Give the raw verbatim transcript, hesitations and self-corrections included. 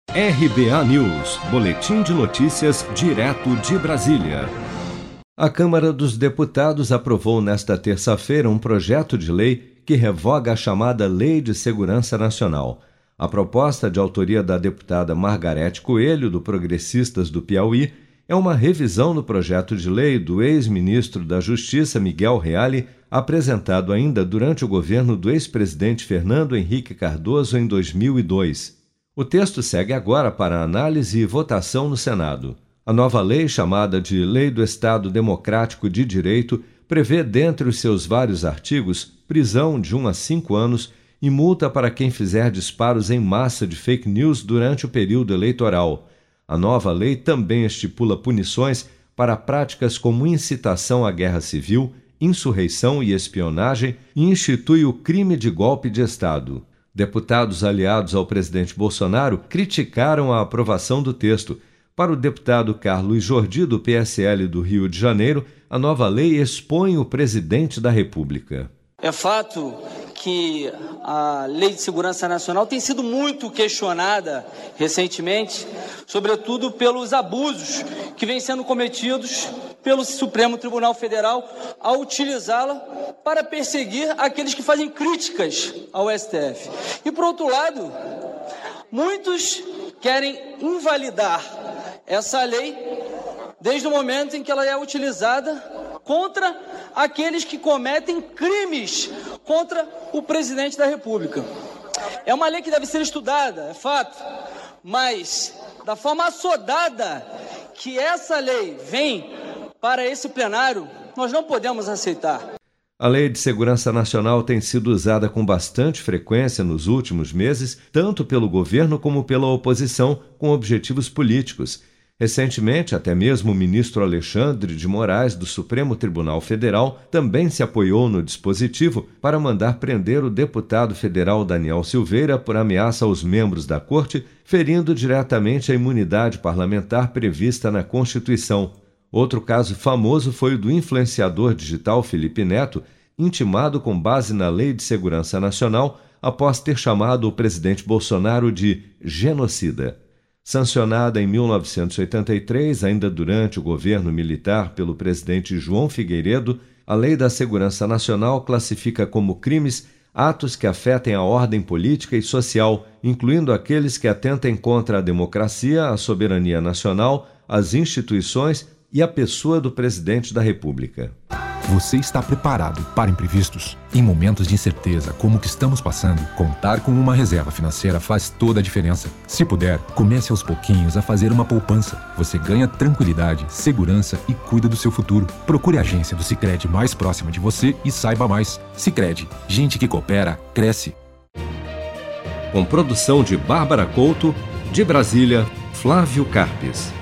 R B A News, boletim de notícias direto de Brasília. A Câmara dos Deputados aprovou nesta terça-feira um projeto de lei que revoga a chamada Lei de Segurança Nacional. A proposta, de autoria da deputada Margarete Coelho, do Progressistas do Piauí, é uma revisão do projeto de lei do ex-ministro da Justiça, Miguel Reale, apresentado ainda durante o governo do ex-presidente Fernando Henrique Cardoso em dois mil e dois. O texto segue agora para análise e votação no Senado. A nova lei, chamada de Lei do Estado Democrático de Direito, prevê, dentre os seus vários artigos, prisão de um a cinco anos e multa para quem fizer disparos em massa de fake news durante o período eleitoral. A nova lei também estipula punições para práticas como incitação à guerra civil, insurreição e espionagem e institui o crime de golpe de Estado. Deputados aliados ao presidente Bolsonaro criticaram a aprovação do texto. Para o deputado Carlos Jordi, do P S L do Rio de Janeiro, a nova lei expõe o presidente da República. É fato que a Lei de Segurança Nacional tem sido muito questionada recentemente, sobretudo pelos abusos que vêm sendo cometidos pelo Supremo Tribunal Federal ao utilizá-la para perseguir aqueles que fazem críticas ao S T F. E, por outro lado, muitos querem invalidar essa lei desde o momento em que ela é utilizada contra aqueles que cometem crimes contra o presidente da República. É uma lei que deve ser estudada, é fato, mas da forma assodada que essa lei vem para esse plenário, nós não podemos aceitar. A Lei de Segurança Nacional tem sido usada com bastante frequência nos últimos meses, tanto pelo governo como pela oposição, com objetivos políticos. Recentemente, até mesmo o ministro Alexandre de Moraes, do Supremo Tribunal Federal, também se apoiou no dispositivo para mandar prender o deputado federal Daniel Silveira por ameaça aos membros da Corte, ferindo diretamente a imunidade parlamentar prevista na Constituição. Outro caso famoso foi o do influenciador digital Felipe Neto, intimado com base na Lei de Segurança Nacional após ter chamado o presidente Bolsonaro de genocida. Sancionada em mil novecentos e oitenta e três, ainda durante o governo militar pelo presidente João Figueiredo, a Lei da Segurança Nacional classifica como crimes atos que afetem a ordem política e social, incluindo aqueles que atentem contra a democracia, a soberania nacional, as instituições e a pessoa do presidente da República. Você está preparado para imprevistos? Em momentos de incerteza como o que estamos passando, contar com uma reserva financeira faz toda a diferença. Se puder, comece aos pouquinhos a fazer uma poupança. Você ganha tranquilidade, segurança e cuida do seu futuro. Procure a agência do Sicredi mais próxima de você e saiba mais. Sicredi, gente que coopera, cresce. Com produção de Bárbara Couto, de Brasília, Flávio Carpes.